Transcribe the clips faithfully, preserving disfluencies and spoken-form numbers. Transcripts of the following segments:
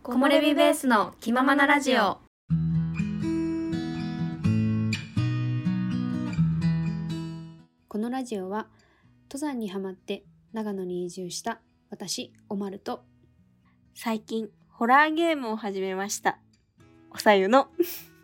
木漏れ日ベースの気ままなラジオ。 このラジオは登山にハマって長野に移住した私おまると最近ホラーゲームを始めましたおさゆの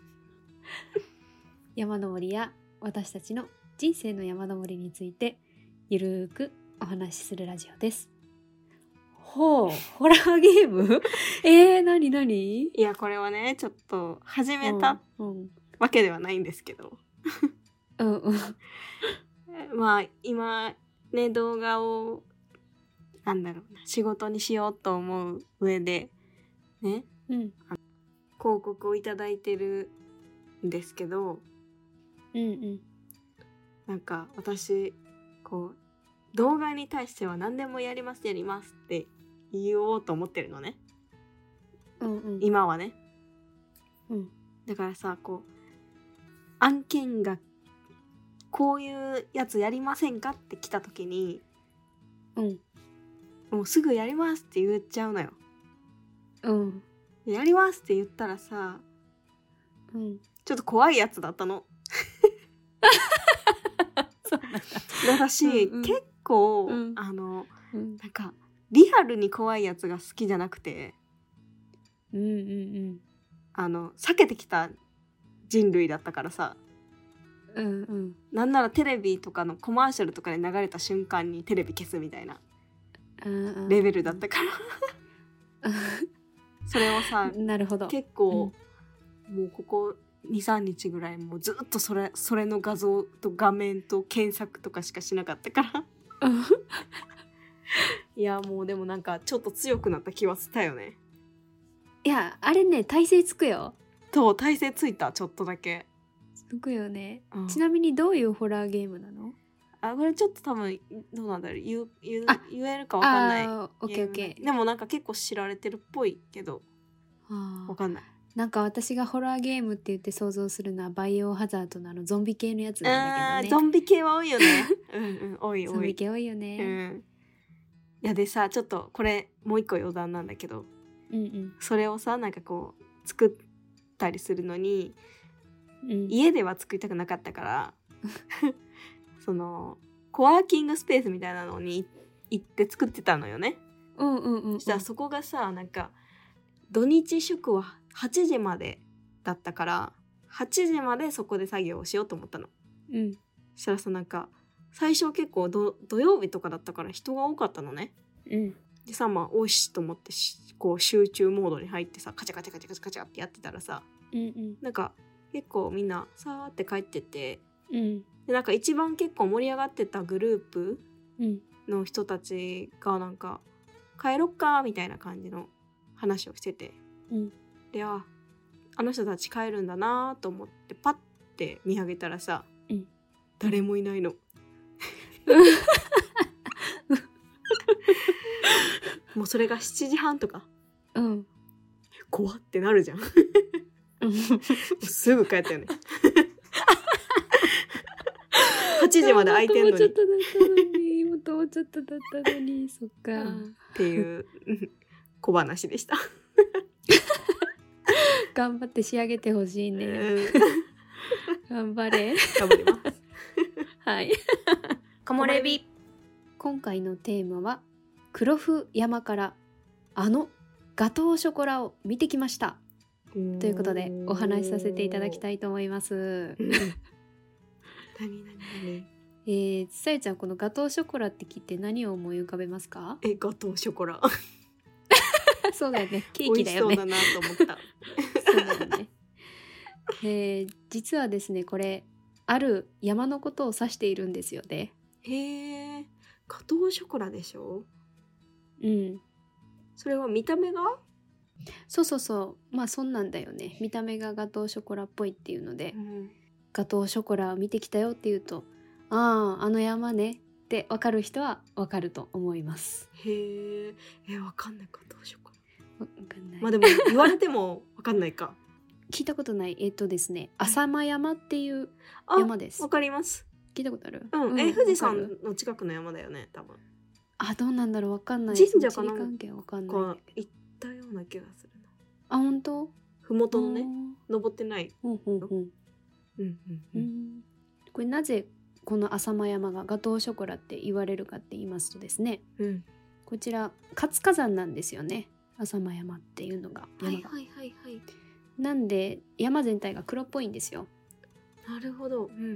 山登りや私たちの人生の山登りについてゆるーくお話しするラジオです。ほう、ホラーゲームえー、なになに？ いやこれはねちょっと始めたわけではないんですけど、 うんうん、 まあ今ね動画をなんだろうな仕事にしようと思う上でね、 うん、 広告をいただいてるんですけど、 うんうん、 なんか私こう動画に対しては何でもやりますやりますって言おうと思ってるのね、 うんうん、 今はね、 うん、 だからさこう案件がこういうやつやりませんかって来た時に、 うん、 もうすぐやりますって言っちゃうのよ。 うん、 やりますって言ったらさ、 うん、 ちょっと怖いやつだったの。 そうなんだ。 私、うんうん、結構、うん、あの、うん、なんかリアルに怖いやつが好きじゃなくて、 うんうんうん、 あの避けてきた人類だったからさ、 うんうん、 なんならテレビとかのコマーシャルとかで流れた瞬間にテレビ消すみたいなレベルだったからそれをさ、 なるほど、 結構、うん、もうここ に,さん 日ぐらいもうずっとそれ、それの画像と画面と検索とかしかしなかったからいやもうでもなんかちょっと強くなった気はしたよね。 いやあれね耐性つくよ。 と耐性ついた、ちょっとだけつくよね、うん、ちなみにどういうホラーゲームなの？ あ、これちょっと多分どうなんだろう、言う、言う、言えるかわかんない。 あオッケーオッケー。 でもなんか結構知られてるっぽいけどわかんない。 なんか私がホラーゲームって言って想像するのはバイオハザードのあのゾンビ系のやつなんだけどね。 ゾンビ系は多いよねうんうん多い多い。 ゾンビ系多いよね、 うん、いやでさちょっとこれもう一個余談なんだけど、 うんうん、 それをさなんかこう作ったりするのに、 うん、 家では作りたくなかったからそのコワーキングスペースみたいなのに行って作ってたのよね。 うんうんうんうん、 そしたらそこがさなんか土日祝ははちじまでだったからはちじまでそこで作業をしようと思ったの、 うん、 そしたらさなんか最初結構ど土曜日とかだったから人が多かったのね、 うん、 でさまあおいしいと思ってこう集中モードに入ってさカチャカチャカチャカチャカチャってやってたらさ、 うんうん、 なんか結構みんなさーって帰ってて、 うん、 でなんか一番結構盛り上がってたグループの人たちがなんか帰ろっかみたいな感じの話をしてて、 うん、 でああの人たち帰るんだなと思ってパッて見上げたらさ、 うん、 誰もいないのもうそれがしちじはんとか、 うん、 怖ってなるじゃんすぐ帰ったよねはちじまで空いてんのに、もうちょっとだったのにもうちょっとだったのにそっか、うん、 っていう小話でした頑張って仕上げてほしいね、うん、頑張れ頑張りますはい木漏れ日。 今回のテーマは黒布山からあのガトーショコラを見てきましたということでお話しさせていただきたいと思います何何何えー、さゆちゃんこのガトーショコラって聞いて何を思い浮かべますか？ えガトーショコラそうだよね、ケーキだよね。 美味しそうだなと思ったそうだよね、えー、実はですねこれある山のことを指しているんですよね。 へえ、ガトーショコラでしょ。 うん、 それは見た目が？ そうそうそう、まあそんなんだよね。見た目がガトーショコラっぽいっていうので、うん、ガトーショコラを見てきたよっていうと、あああの山ねって分かる人は分かると思います。 へえ、え分かんない、ガトーショコラ分かんない。 まあでも言われても分かんないか聞いたことない。えっとですね浅間山っていう山です。 わかります。 聞いたことある？ うん、うん、え富士山の近くの山だよね多分。 あ、どうなんだろう、わかんない。 神社かな関係わかんない。 行ったような気がするな。 あ、本当？ ふもとのね、登ってない。 うんうんうん。うんうんうん。これなぜこの浅間山がガトーショコラって言われるかって言いますとですね、うん、こちら活火山なんですよね、浅間山っていうのが。山が、はいはいはいはい。なんで山全体が黒っぽいんですよ。 なるほど、うんうんうん、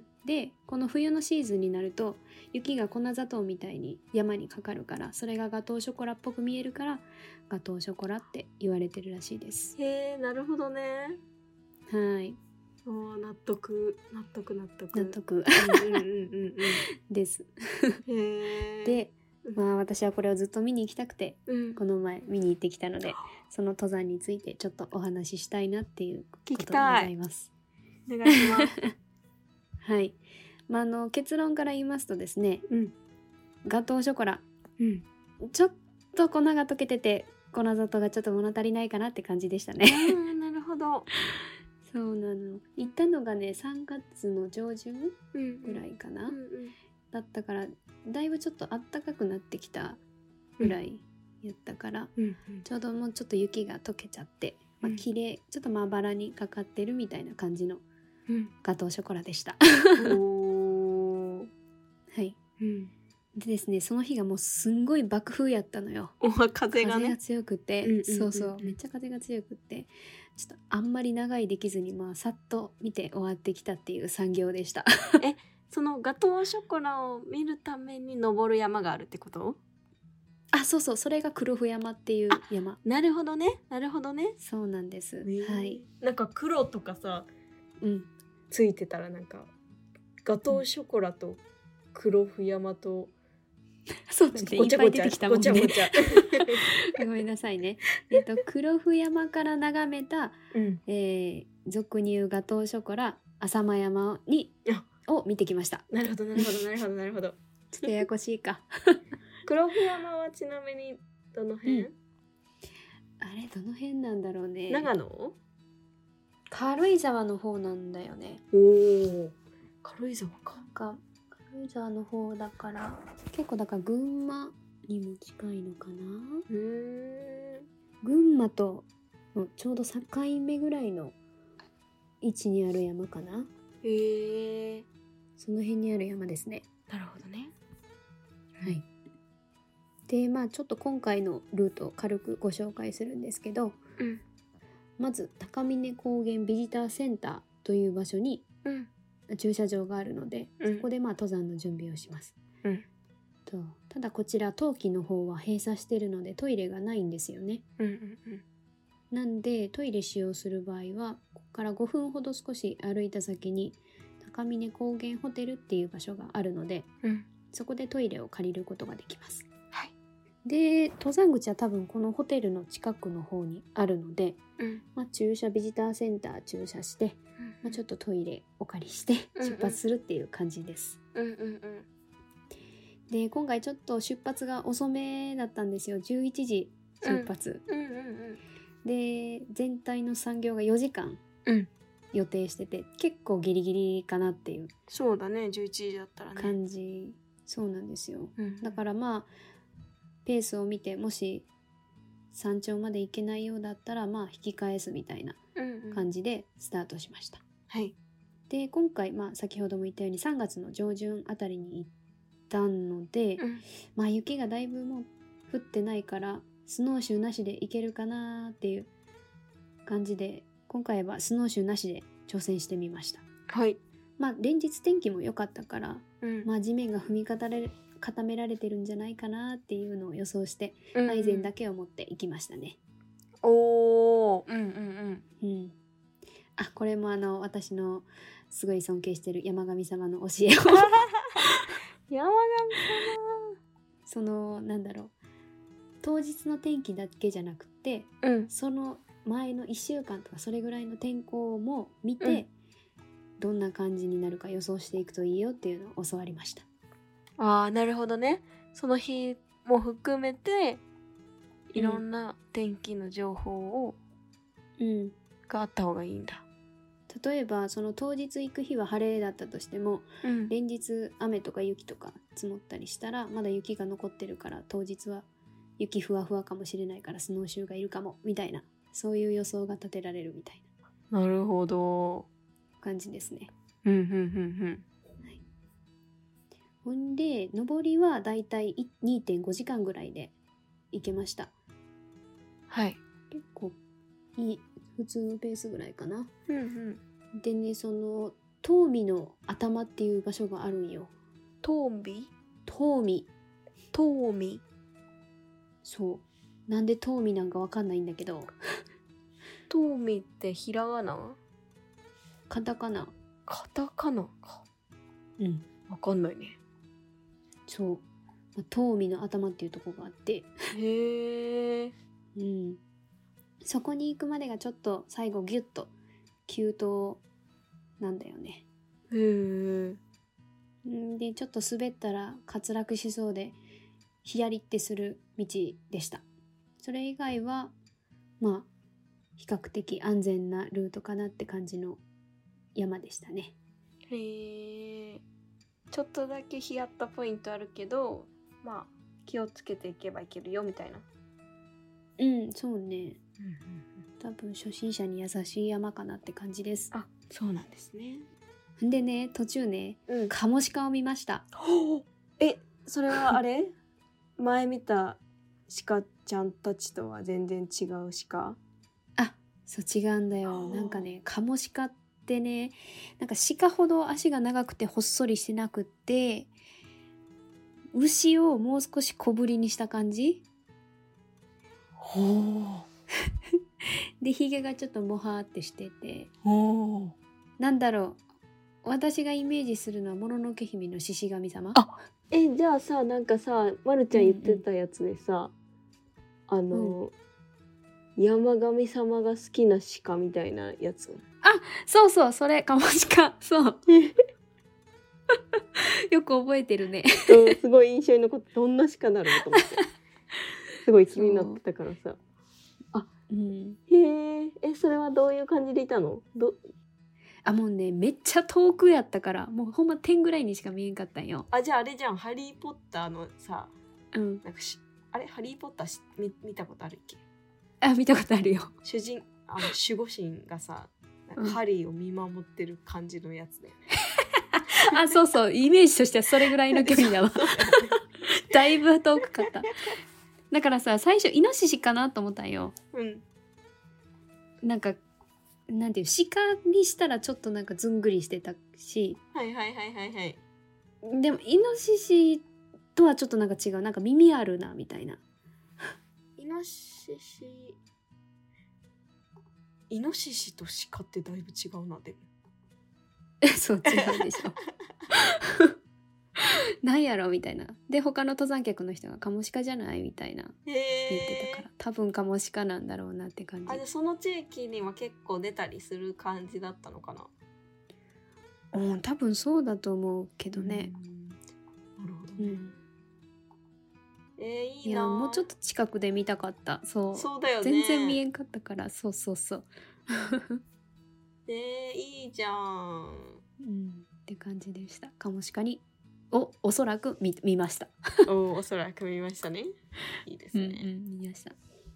でこの冬のシーズンになると雪が粉砂糖みたいに山にかかるから、それがガトーショコラっぽく見えるからガトーショコラって言われてるらしいです。 へえ、なるほどね。 はい。 お、納得納得納得納得ですへで、まあ私はこれをずっと見に行きたくて、うん、この前見に行ってきたので、その登山についてちょっとお話ししたいなっていうことでございます。 お願いしますはい、まあ、あの結論から言いますとですね、うん、ガトーショコラ、うん、ちょっと粉が溶けてて粉砂糖がちょっと物足りないかなって感じでしたねなるほど。 そうなの。行ったのがねさんがつの上旬ぐらいかな、うんうん、だったからだいぶちょっと暖かくなってきたぐらいやったから、うんうん、ちょうどもうちょっと雪が溶けちゃって、まあ、綺麗、ちょっとまばらにかかってるみたいな感じのガトーショコラでした、うん、おはい、うん、でですね、その日がもうすんごい爆風やったのよ。 風がね、 風が強くて、うんうんうんうん、そうそうめっちゃ風が強くて、ちょっとあんまり長いできずに、まあさっと見て終わってきたっていう産業でしたえ、そのガトーショコラを見るために登る山があるってこと？ あ、そうそう、それが黒布山っていう山。 なるほどね、なるほどね。 そうなんです、はい。 なんか黒とかさ、うん、ついてたらなんかガトーショコラと黒布山と、 そうだね、いっぱい出てきたもんね。ごちゃごちゃごめんなさいね。えっと黒布山から眺めた、うん、えー、俗に言うガトーショコラ浅間山にを見てきました。 なるほどなるほどなるほどなるほど。ちょっとややこしいか。 黒布山はちなみにどの辺？うん、 あれどの辺なんだろうね。 長野？ 軽井沢の方なんだよね。 おお、軽井沢か。 なんか軽井沢の方だから結構だから群馬にも近いのかな。うーん、群馬とのちょうど境目ぐらいの位置にある山かな。へえ、その辺にある山ですね。 なるほどね。 はい。でまあちょっと今回のルートを軽くご紹介するんですけど、うん、まず高峰高原ビジターセンターという場所に、うん駐車場があるので、うん、そこでまあ登山の準備をします、うん、とただこちら冬季の方は閉鎖してるのでトイレがないんですよね、うんうんうん、なんでトイレ使用する場合はここからごふんほど少し歩いた先に高峰高原ホテルっていう場所があるので、うん、そこでトイレを借りることができます、はい、で登山口は多分このホテルの近くの方にあるので、うんまあ、駐車ビジターセンター駐車してまあ、ちょっとトイレお借りして出発するっていう感じです、うんうん、で今回ちょっと出発が遅めだったんですよ。じゅういちじ出発、うんうんうんうん、で全体の産業がよじかん予定してて、うん、結構ギリギリかなっていうそうだねじゅういちじだったらね感じ。そうなんですよ、うん、だからまあペースを見てもし山頂まで行けないようだったらまあ引き返すみたいな感じでスタートしました、うんうん、はい。で今回、まあ、先ほども言ったようにさんがつの上旬あたりに行ったので、うん、まあ雪がだいぶもう降ってないからスノーシューなしで行けるかなっていう感じで今回はスノーシューなしで挑戦してみました。はい。まあ連日天気も良かったから、うん、まあ地面が踏み固め固められてるんじゃないかなっていうのを予想して、うんうん、アイゼンだけを持って行きましたね。おー、うんうんうん。うん。あ、これもあの私のすごい尊敬してる山神様の教えを山神様そのなんだろう当日の天気だけじゃなくて、うん、その前のいっしゅうかんとかそれぐらいの天候も見て、うん、どんな感じになるか予想していくといいよっていうのを教わりました。あー、なるほどね。その日も含めていろんな天気の情報を、うん、があった方がいいんだ。例えばその当日行く日は晴れだったとしても、うん、連日雨とか雪とか積もったりしたらまだ雪が残ってるから当日は雪ふわふわかもしれないからスノーシューがいるかもみたいなそういう予想が立てられるみたいな。なるほど。 感じですね。 うんうんうんうん。 はい、ほんで上りはだいたい にてんごじかんぐらいで行けました。 はい。 結構いい普通のペースぐらいかな。 うんうん。 でね、そのトウミの頭っていう場所があるんよ。 トウミ？ トウミ。 トウミ。 そう。なんでトウミなんかわかんないんだけど。 トウミってひらがな？ カタカナ。 カタカナか。 うん。 わかんないね。 そう。まあ、トウミの頭っていうとこがあって。 へえ。 うん。そこに行くまでがちょっと最後ギュッと急登なんだよね。 へえ。 でちょっと滑ったら滑落しそうでヒヤリってする道でした。それ以外はまあ比較的安全なルートかなって感じの山でしたね。 へえ。ちょっとだけヒヤったポイントあるけど、まあ気をつけていけばいけるよみたいな。 うん、そうね。多分初心者に優しい山かなって感じです。 あ、そうなんですね。 でね、途中ね、 うん、 カモシカを見ました。 え、それはあれ前見た鹿ちゃんたちとは全然違う鹿？ あ、そう違うんだよ。なんかね、カモシカってね、なんか鹿ほど足が長くてほっそりしてなくって、牛をもう少し小ぶりにした感じ。 ほうで、ひげがちょっとモハーってしてて、 ほう、 なんだろう、私がイメージするのはもののけ姫の獅子神様。 あ、え、じゃあさ、なんかさ、まるちゃん言ってたやつでさ、うんうん、あの、うん、山神様が好きな鹿みたいなやつ。 あ、そうそう、それカモシカ。そうよく覚えてるねうん、すごい印象に残って、どんな鹿だろうと思ってすごい気になってたからさ。あ、うん、へえ、え、それはどういう感じでいたの？どあ、もうね、めっちゃ遠くやったから、もうほんま点ぐらいにしか見えんかったんよ。 あ、じゃああれじゃん、ハリーポッターのさ、 うん、 なんかしあれハリーポッターし 見, 見たことあるっけ？ あ、見たことあるよ。 主人、あの守護神がさ、なんかハリーを見守ってる感じのやつだよね。 うん、あ、そうそう、イメージとしてはそれぐらいの距離だわ。だいぶ遠くかった。だからさ、最初イノシシかなと思ったんよ。 うん。 なんかなんていう、鹿にしたらちょっとなんかずんぐりしてたし、 はいはいはいはいはい。 でもイノシシとはちょっとなんか違う、なんか耳あるなみたいな。 イノシシイノシシと鹿ってだいぶ違うな。でもそう違うでしょなんやろみたいな。で他の登山客の人がカモシカじゃないみたいな言ってたから、多分カモシカなんだろうなって感じ。 あ、じゃあその地域には結構出たりする感じだったのかな。 うん、多分そうだと思うけどね。 なるほどね、うん、えー、いいな。いや、 もうちょっと近くで見たかった。そうそうだよね、 全然見えんかったから。そうそうそうえー、いいじゃん、 うん、って感じでした。カモシカにおおそらく 見, 見ましたおおそらく見ましたね。いいですね、 うんうん、見ました。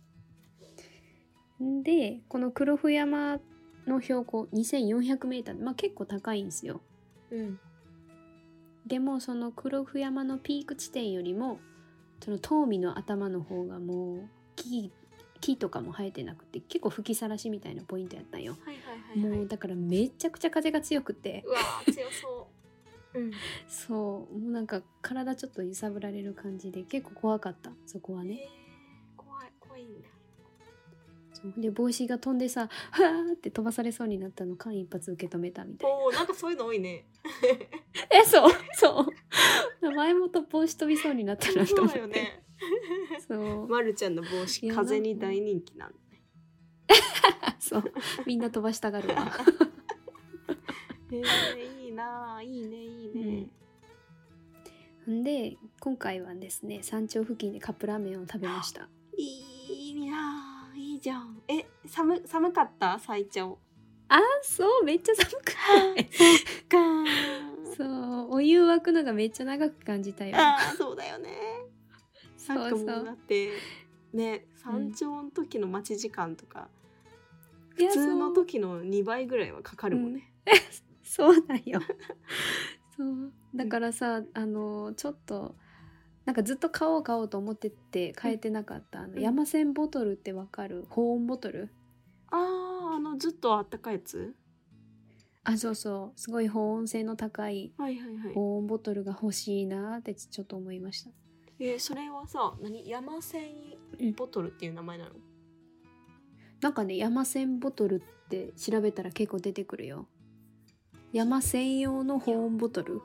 でこの黒布山の標高にせんよんひゃくメーター、まあ結構高いんですよ。 うん。 でもその黒布山のピーク地点よりもそのトウミの頭の方がもう木木とかも生えてなくて結構吹きさらしみたいなポイントやったんよ。 はいはいはいはい、 もうだからめちゃくちゃ風が強くて、 うわー強そううん、 そうもうなんか体ちょっと揺さぶられる感じで結構怖かった。そこはね、 えー、怖い怖いんだ。 そうで帽子が飛んでさ、はーって飛ばされそうになったの間一髪受け止めたみたいな。 おー、なんかそういうの多いねえ、そうそう前もと帽子飛びそうになったなと思って。そうだよねそうまるちゃんの帽子風に大人気なんだねそうみんな飛ばしたがるわえー、いいないいねいいね、 うん、で今回はですね山頂付近でカップラーメンを食べました。 いいないいじゃん。え、寒寒かった最長？ あ、そうめっちゃ寒くてそっかそうお湯沸くのがめっちゃ長く感じたよ。 あ、そうだよね。 そうそうなんかもうだってね山頂の時の待ち時間とか、うん、普通の時のにばいぐらいはかかるもんね、 うん、そうなんよそうだからさ、あのちょっとなんかずっと買おう買おうと思ってて買えてなかった、うん、あの山線ボトルってわかる？保温ボトル。 あー、あのずっとあったかいやつ。 あ、そうそう、すごい保温性の高い保温ボトルが欲しいなってちょっと思いました。 えー、それはさ、何、山線ボトルっていう名前なの？うん、 なんかね、山線ボトルって調べたら結構出てくるよ。山専用の保温ボトル。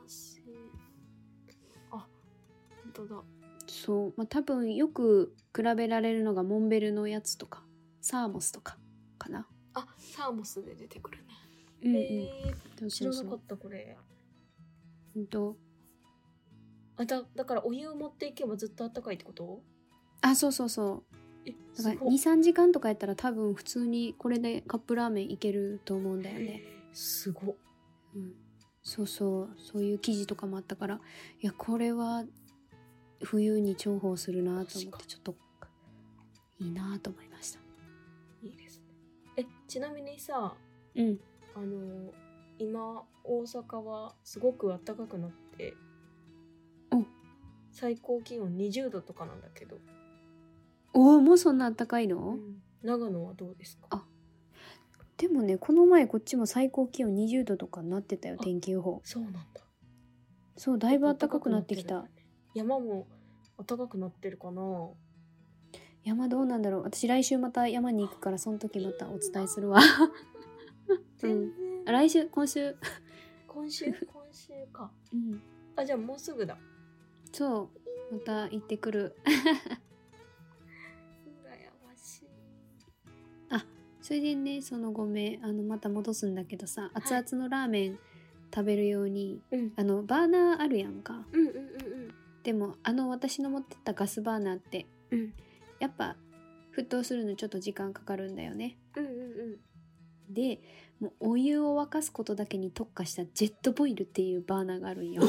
あ、本当だ。 そう、まあ、多分よく比べられるのがモンベルのやつとかサーモスとかかな。 あ、サーモスで出てくるね。 うんうん、 えー、知らなかったこれ。 うんとあ、だ、だからお湯を持っていけばずっとあったかいってこと？ あ、そうそうそう。え、だからにさんじかんとかやったら多分普通にこれでカップラーメンいけると思うんだよね。 すごっ、 うん、そうそう、そういう記事とかもあったから、いやこれは冬に重宝するなと思ってちょっといいなと思いました。 いいですね。え、ちなみにさ、 うん、 あの今大阪はすごく暖かくなって、 お、 最高気温にじゅうどとかなんだけど。 おー、もうそんな暖かいの？ うん、長野はどうですか？ あ、でもね、この前こっちも最高気温にじゅうどとかになってたよ、天気予報。 そうなんだ。 そう、だいぶ暖かくなってきた。 山も暖かくなってるかな。 山どうなんだろう。私来週また山に行くから、その時またお伝えするわ。うん、来週、今週今週今週か。 うん。 あ、じゃあもうすぐだ。 そう、また行ってくる。 羨ましい。 あ、それでね、そのごめん、あのまた戻すんだけどさ、熱々のラーメン食べるように、はい、あのバーナーあるやんか。 うんうんうんうん。 でもあの私の持ってったガスバーナーって、うん、やっぱ沸騰するのちょっと時間かかるんだよね。 うんうんうん。 でもうお湯を沸かすことだけに特化したジェットボイルっていうバーナーがあるんよ。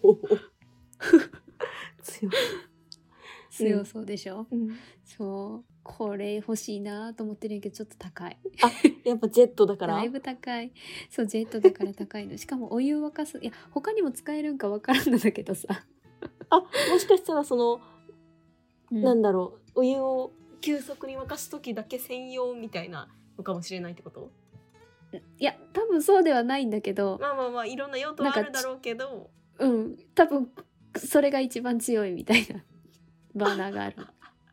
強強そうでしょ、うん、そう、これ欲しいなと思ってるんやけどちょっと高い。 あ、やっぱジェットだから。 だいぶ高い。そう、ジェットだから高いの。しかもお湯を沸かす、いや他にも使えるんかわからんのだけどさ。 あ、もしかしたらその、うん、なんだろう、お湯を急速に沸かす時だけ専用みたいなのかもしれないってこと？ いや多分そうではないんだけど、 まあまあまあいろんな用途はあるだろうけど、 うん、多分それが一番強いみたいなバーナーがある。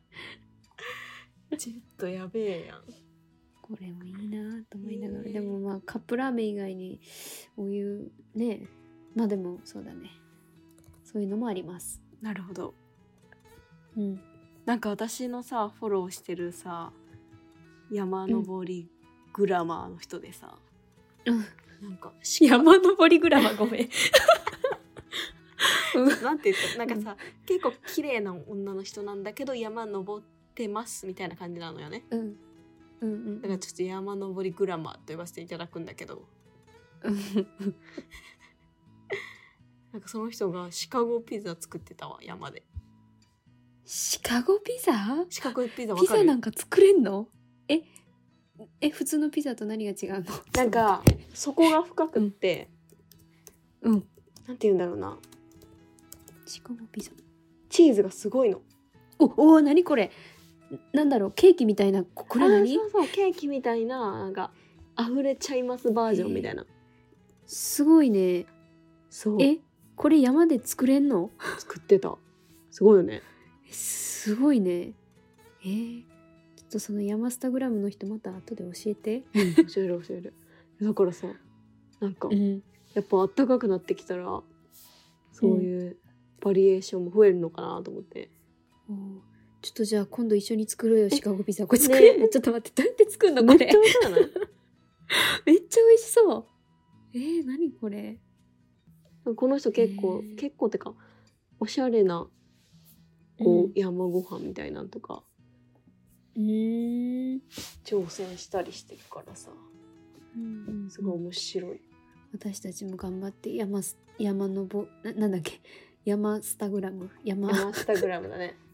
ちょっとやべえやん。 これもいいなと思いながら、でもまあカップラーメン以外にお湯ね、まあでもそうだね、そういうのもあります。 なるほど。 うん。 なんか私のさフォローしてるさ山登りグラマーの人でさ、 うん、 なんか山登りグラマーごめん。 なんて言ったなんかさ、うん、結構綺麗な女の人なんだけど山登ってますみたいな感じなのよね。 うんうんうん。 だからちょっと山登りグラマーと呼ばせていただくんだけど。なんかその人がシカゴピザ作ってたわ、山で。 シカゴピザ？ シカゴピザわかる？ ピザなんか作れんの？ええ、普通のピザと何が違うの？ なんか底が深くって、 うん、うん、 なんて言うんだろうな。 シカゴピザ。 チーズがすごいの。 おお、何これ？なんだろう、ケーキみたいな、これ何？ そうそう、ケーキみたいな、なんか溢れちゃいますバージョンみたいな。 すごいね。 そう。 え、これ山で作れんの？ 作ってた。すごいよね。 すごいね。えー、ちょっとその山スタグラムの人また後で教えて。 うん、教える教える。だからさ、なんか、うん、やっぱ暖かくなってきたらそういうバリエーションも増えるのかなと思って。 うん、ちょっとじゃあ今度一緒に作ろうよ、シカゴピザ。これ作れるの、ね、ちょっと待って、どうやって作るのこれ。めっちゃ美味しそうじゃない？めっちゃ美味しそう。えー、何これ。 この人結構、えー、結構ってかおしゃれなこう、うん、山ご飯みたいなんとかうーん挑戦したりしてるからさ、うんうん、すごい面白い。 私たちも頑張って山山のぼ な, なんだっけ山スタグラム 山, 山スタグラムだね。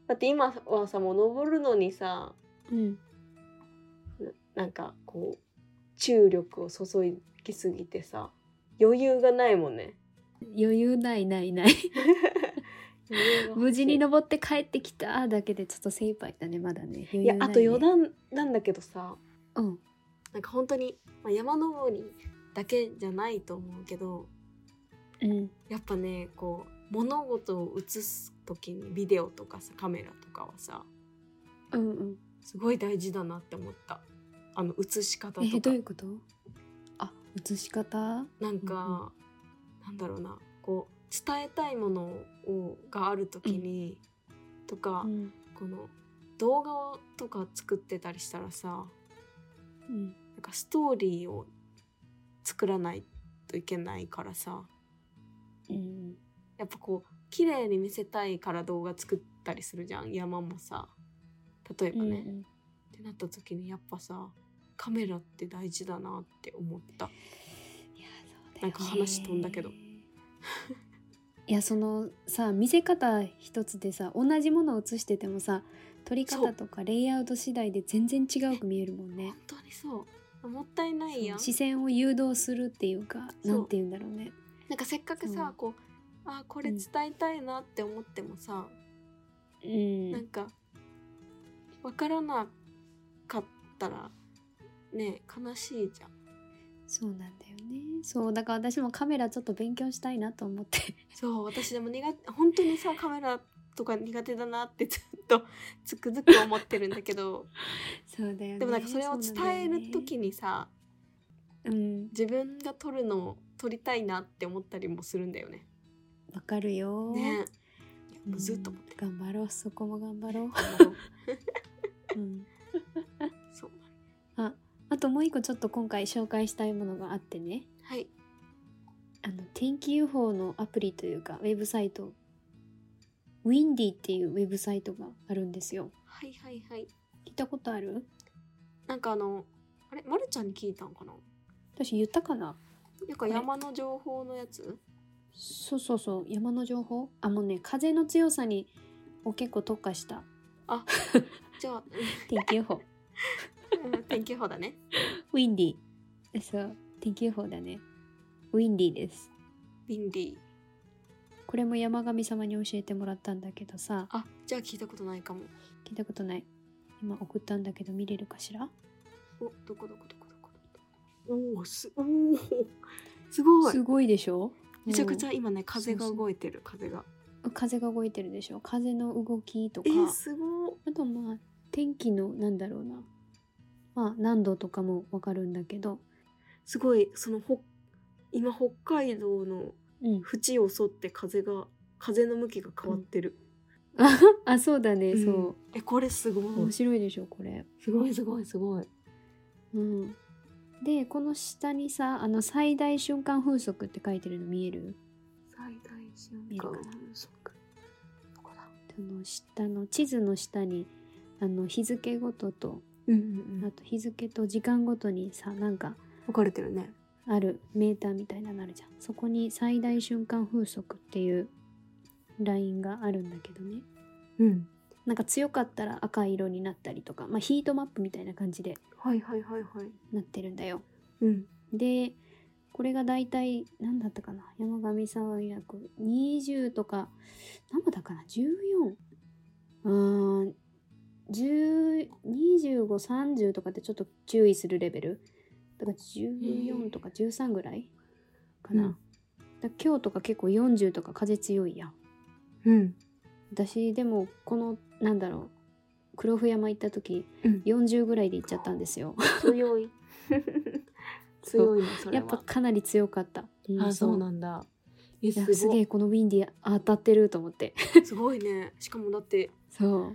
だって今はさもう登るのにさ、 うん、 な, なんかこう注力を注ぎすぎてさ余裕がないもんね。 余裕ないないない無事に登って帰ってきただけでちょっと精一杯だねまだね。余裕ないね。 いやあと余談なんだけどさ、 うん、 なんか本当に、まあ、山登りだけじゃないと思うけど、 うん、 やっぱねこう物事を映す時にビデオとかさカメラとかはさ、 うんうん、 すごい大事だなって思った。あの映し方とか。 えどういうこと？あ映し方なんか、うん、なんだろうなこう伝えたいものをがある時に、うん、とか、うん、この動画とか作ってたりしたらさ、うん、なんかストーリーを作らないといけないからさ、うん、やっぱこう綺麗に見せたいから動画作ったりするじゃん。山もさ例えばね、うんうん、ってなった時にやっぱさカメラって大事だなって思った。いやそうだよね、なんか話飛んだけどいやそのさ見せ方一つでさ同じものを映しててもさ撮り方とかレイアウト次第で全然違うく見えるもんね。 本当にそうもったいないやん。 視線を誘導するっていうかなんて言うんだろうね。 なんかせっかくさこうあこれ伝えたいなって思ってもさ、うん、なんか分からなかったらね悲しいじゃん。 そうなんだよね。そうだから私もカメラちょっと勉強したいなと思ってそう私でも苦手本当にさカメラとか苦手だなってずっとつくづく思ってるんだけどそうだよね。 でもなんかそれを伝える時にさ、うん、自分が撮るのを撮りたいなって思ったりもするんだよね。 わかるよね。もうずっと思って頑張ろうそこも頑張ろううん、そうああともう一個ちょっと今回紹介したいものがあってね。 はい。 あの天気予報のアプリというかウェブサイトウィンディっていうウェブサイトがあるんですよ。 はいはいはい。 聞いたことある？ なんかあのあれまるちゃんに聞いたんかな。 私言ったかな。 なんか山の情報のやつ？ そうそうそう山の情報。あもうね風の強さにを結構特化した。 あじゃあ天気予報天気予報だね。 ウィンディそう天気予報だね。ウィンディです。 ウィンディこれも山神様に教えてもらったんだけどさ。 あじゃあ聞いたことないかも。 聞いたことない。今送ったんだけど見れるかしら。 おどこどこどこどこおーすおーすごいすごいでしょ。 めちゃくちゃ今ね風が動いてる。風が風が動いてるでしょ。風の動きとか、 えー、すごい。 あとまあ天気のなんだろうなまあ何度とかもわかるんだけどすごいそのほ今北海道の縁を沿って風が、うん、風の向きが変わってる、 うん、あそうだね、うん、そうえこれすごい面白いでしょこれ。 すごいすごいすごい。 うんでこの下にさあの最大瞬間風速って書いてるの見える？ 最大瞬間風速どこだ。 その下の地図の下にあの日付ごとと、 うんうんうん、 あと日付と時間ごとにさなんか分かれてるね。 あるメーターみたいなのあるじゃん。そこに最大瞬間風速っていうラインがあるんだけどね。 うん。 なんか強かったら赤色になったりとか、まあヒートマップみたいな感じではいはいはいはいなってるんだよ。 うん。 でこれがだいたい何だったかな山上さんは約にじゅうとか何だかなじゅうよんうーんじゅう、にじゅうご、さんじゅうとかってちょっと注意するレベルだからじゅうよんとかじゅうさんぐらいかな、うん、だ今日とか結構よんじゅうとか風強いやん。 うん私でもこのなんだろう黒布山行った時、うん、よんじゅうぐらいで行っちゃったんですよ。 強い強いねそれは。 やっぱかなり強かった、 うん、あそうなんだ。 いやすげえこのウィンディ当たってると思ってすごいね。しかもだってそう、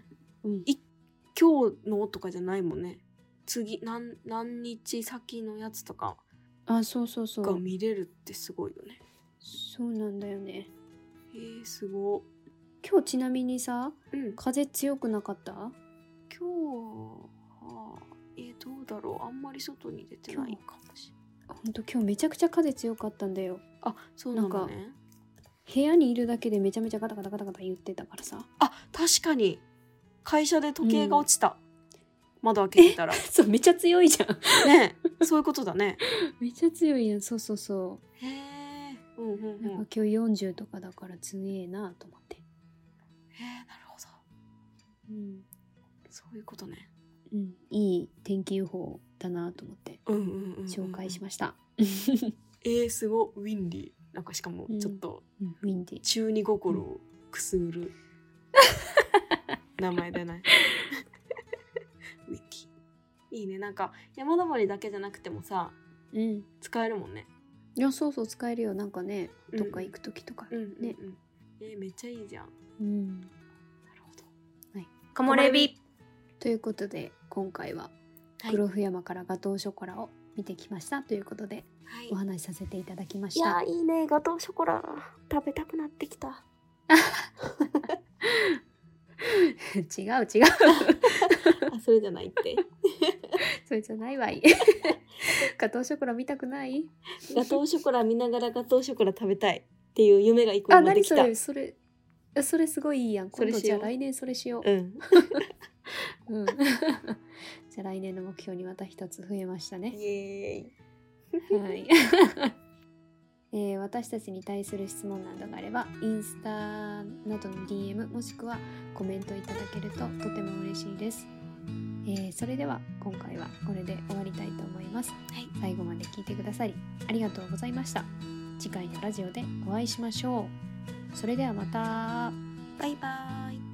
うん、い今日のとかじゃないもんね。次 何, 何日先のやつとかあそうそうそうが見れるってすごいよね。 そうなんだよね。 えー、すご。 今日ちなみにさ、 うん、 風強くなかった？ 今日はえー、どうだろうあんまり外に出てないかもしれない。 ほんと今日めちゃくちゃ風強かったんだよ。 あそうなんだね。 部屋にいるだけでめちゃめちゃガタガタガタガタ言ってたからさ。 あ確かに会社で時計が落ちた、うん、窓開けてたらそうめっちゃ強いじゃんねえそういうことだねめっちゃ強いやん。そうそうそう。 へえ、うんうんうん、 なんか今日よんじゅうとかだから強えなと思って。 へえ、なるほど、 うん、 そういうことね。 うん、いい天気予報だなと思って、 うんうんうんうんうん、 紹介しました。 えー、すごいウィンディー、なんかしかもちょっと、 うんうん、ウィンディー、 中二心をくすぐる、うん、名前だねウィンディーいいね。なんか山登りだけじゃなくてもさ、うん、使えるもんね。 いやそうそう使えるよ。なんかね、うん、どっか行く時とか、うん、ね、 うんうん、えー、めっちゃいいじゃん。 うん、 なるほど、 はい、カモレビということで今回は黒布山からガトーショコラを見てきましたということで、はい、お話しさせていただきました。 いやいいね、ガトーショコラ食べたくなってきた違う違うあ、それじゃないってそれじゃないわいガトーショコラ見たくない？ ガトーショコラ見ながらガトーショコラ食べたいっていう夢が一個もできた。 あ、何それ、それそれすごいいいやん。今度じゃあ来年それしよう。うん、うん、じゃあ来年の目標にまた一つ増えましたね。 イエーイ、はいえー、私たちに対する質問などがあればインスタなどの ディーエム もしくはコメントいただけるととても嬉しいです。えー、それでは今回はこれで終わりたいと思います。はい、最後まで聞いてくださりありがとうございました。次回のラジオでお会いしましょう。それではまた。 バイバイ。